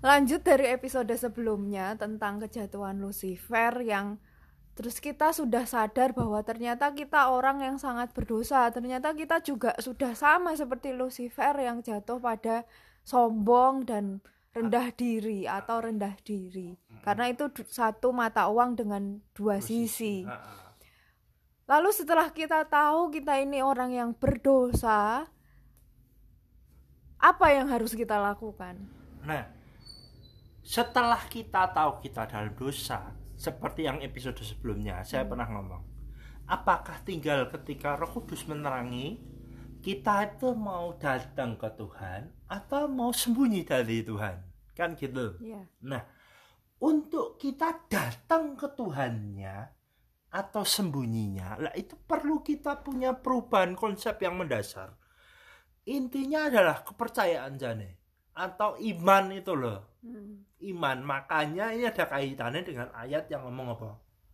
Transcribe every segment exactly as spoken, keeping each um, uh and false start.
lanjut dari episode sebelumnya tentang kejatuhan Lucifer, yang terus kita sudah sadar bahwa ternyata kita orang yang sangat berdosa. Ternyata kita juga sudah sama seperti Lucifer yang jatuh pada sombong dan rendah diri atau rendah diri. Karena itu satu mata uang dengan dua sisi. Lalu setelah kita tahu kita ini orang yang berdosa, apa yang harus kita lakukan? Nah, setelah kita tahu kita dalam dosa, seperti yang episode sebelumnya saya hmm. pernah ngomong, apakah tinggal ketika Roh Kudus menerangi, kita itu mau datang ke Tuhan atau mau sembunyi dari Tuhan, kan gitu. Yeah. Nah, untuk kita datang ke Tuhannya atau sembunyinya, lah itu perlu kita punya perubahan konsep yang mendasar. Intinya adalah kepercayaan jane atau iman itu loh. Hmm. Iman, makanya ini ada kaitannya dengan ayat yang ngomong apa?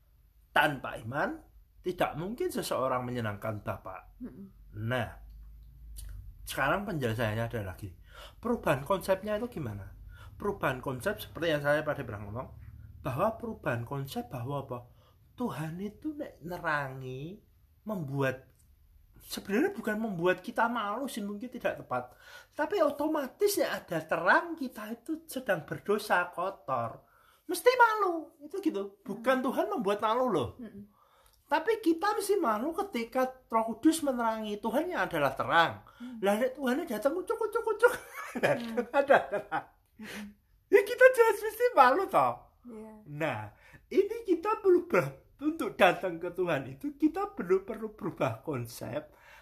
Tanpa iman tidak mungkin seseorang menyenangkan Bapa. Hmm. Nah, sekarang penjelasannya ada lagi. Perubahan konsepnya itu gimana? Perubahan konsep seperti yang saya pada pernah ngomong, bahwa perubahan konsep bahwa apa? Tuhan itu nerangi, membuat, sebenarnya bukan membuat kita malu sih, mungkin tidak tepat, tapi otomatis ya ada terang kita itu sedang berdosa kotor, mesti malu itu gitu. Bukan hmm. Tuhan membuat malu loh, hmm. tapi kita mesti malu ketika Roh Kudus menerangi. Tuhannya adalah terang, hmm. lah Tuhannya datang ucuk ucuk ucuk hmm. ada terang, hmm. ya kita jelas mesti malu toh. Yeah. Nah, ini kita perlu ber- untuk datang ke Tuhan itu kita perlu perlu berubah konsep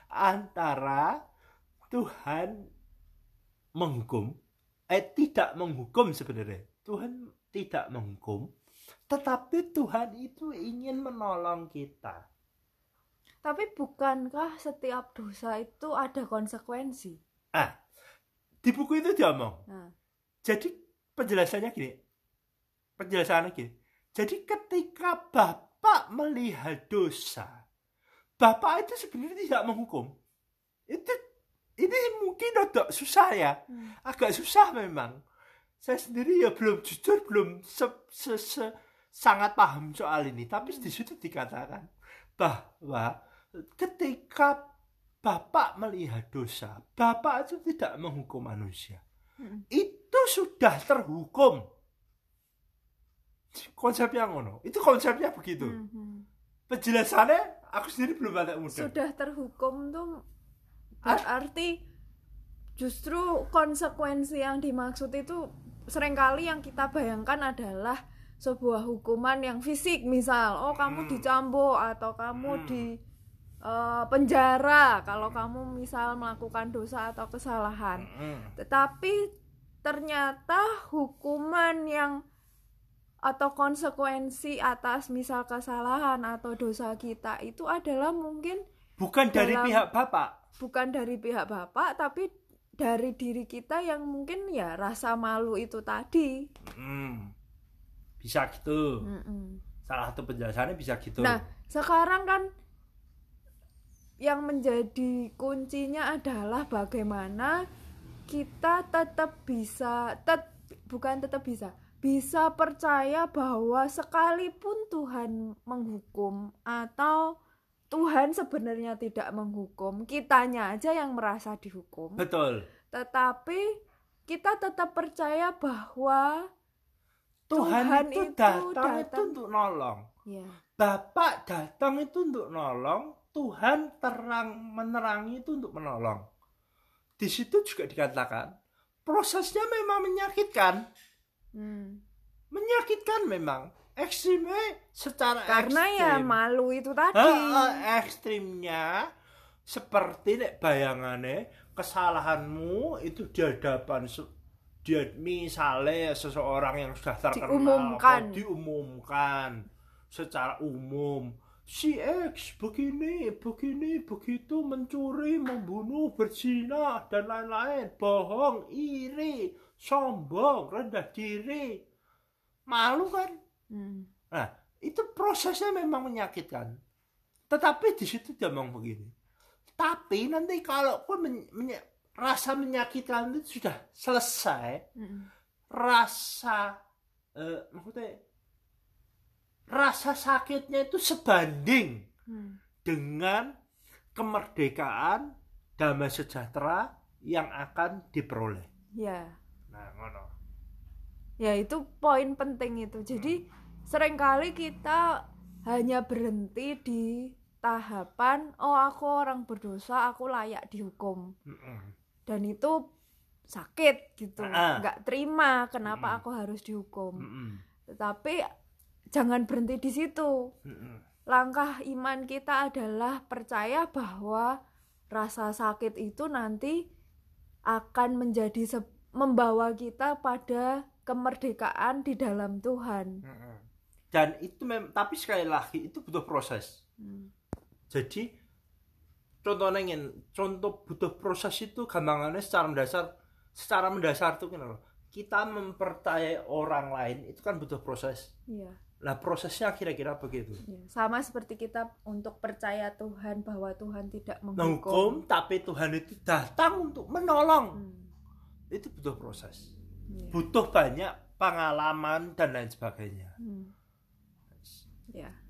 antara Tuhan menghukum, eh tidak menghukum sebenarnya. Tuhan tidak menghukum, tetapi Tuhan itu ingin menolong kita. Tapi bukankah setiap dosa itu ada konsekuensi? Ah, di buku itu diomong. Nah. Jadi penjelasannya gini, penjelasannya gini. Jadi ketika Bapak melihat dosa, Bapak itu sebenarnya tidak menghukum. Itu ini mungkin agak susah ya, hmm. agak susah memang. Saya sendiri ya belum jujur belum se, se, se, sangat paham soal ini. Tapi hmm. di situ dikatakan bahwa ketika Bapak melihat dosa, Bapak itu tidak menghukum manusia. Hmm. Itu sudah terhukum. Konsepnya ngono. Itu konsepnya begitu. Hmm. Penjelasannya aku sendiri belum ada mudah. Sudah terhukum tuh berarti justru konsekuensi yang dimaksud itu seringkali yang kita bayangkan adalah sebuah hukuman yang fisik, misal oh kamu dicambuk atau kamu hmm. di uh, penjara kalau kamu misal melakukan dosa atau kesalahan. Hmm. Tetapi ternyata hukuman yang atau konsekuensi atas misal kesalahan atau dosa kita itu adalah mungkin bukan dari dalam, pihak Bapak. Bukan dari pihak Bapak, tapi dari diri kita yang mungkin ya rasa malu itu tadi. Hmm. Bisa gitu. Mm-mm. Salah satu penjelasannya bisa gitu. Nah, sekarang kan yang menjadi kuncinya adalah bagaimana kita tetap bisa, tet, bukan tetap bisa, bisa percaya bahwa sekalipun Tuhan menghukum atau Tuhan sebenarnya tidak menghukum, kitanya aja yang merasa dihukum. Betul. Tetapi kita tetap percaya bahwa Tuhan, Tuhan itu, itu datang, datang itu untuk nolong. Ya. Bapak datang itu untuk nolong, Tuhan terang menerangi itu untuk menolong. Di situ juga dikatakan prosesnya memang menyakitkan. Hmm. Menyakitkan memang, ekstrimnya secara karena ekstrim. Ya malu itu tadi. Ha, ekstrimnya seperti nek bayangannya kesalahanmu itu di hadapan dia, misalnya seseorang yang sudah terkenal diumumkan, diumumkan secara umum, si X begini, begini, begitu, mencuri, membunuh, berzina dan lain-lain, bohong, iri, sombong, rendah diri, malu kan? Hmm. Nah, itu prosesnya memang menyakitkan. Tetapi di situ dia ngomong begini. Tapi nanti kalau pun men- men- rasa menyakitkan itu sudah selesai, hmm. rasa eh, maksudnya rasa sakitnya itu sebanding hmm. dengan kemerdekaan, damai sejahtera yang akan diperoleh. Ya. Nah, ngono. Ya, itu poin penting itu. Jadi hmm. seringkali kita hanya berhenti di tahapan oh aku orang berdosa, aku layak dihukum. Mm-mm. Dan itu sakit gitu. Uh-uh. Nggak terima kenapa Mm-mm. aku harus dihukum. Mm-mm. Tetapi jangan berhenti di situ. Mm-mm. Langkah iman kita adalah percaya bahwa rasa sakit itu nanti akan menjadi se- membawa kita pada kemerdekaan di dalam Tuhan. Mm-mm. Dan itu mem- tapi sekali lagi itu butuh proses. Hmm. Jadi contohnya ingin contoh butuh proses itu gampangannya secara mendasar secara mendasar tuh kan kita mempercayai orang lain itu kan butuh proses. Iya. Nah prosesnya kira-kira begitu. Iya. Sama seperti kita untuk percaya Tuhan bahwa Tuhan tidak menghukum. Menghukum tapi Tuhan itu datang untuk menolong. Hmm. Itu butuh proses. Iya. Butuh banyak pengalaman dan lain sebagainya. Hmm. Ya. Yeah.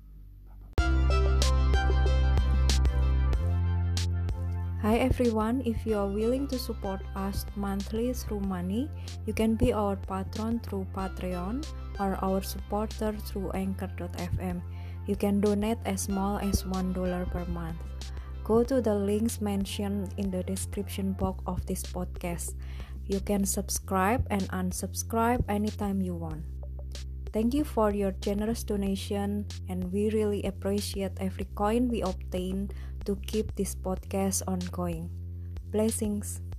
Hi everyone, if you are willing to support us monthly through money, you can be our patron through Patreon or our supporter through anchor dot f m. You can donate as small as one dollar per month. Go to the links mentioned in the description box of this podcast. You can subscribe and unsubscribe anytime you want. Thank you for your generous donation, and we really appreciate every coin we obtain to keep this podcast ongoing. Blessings.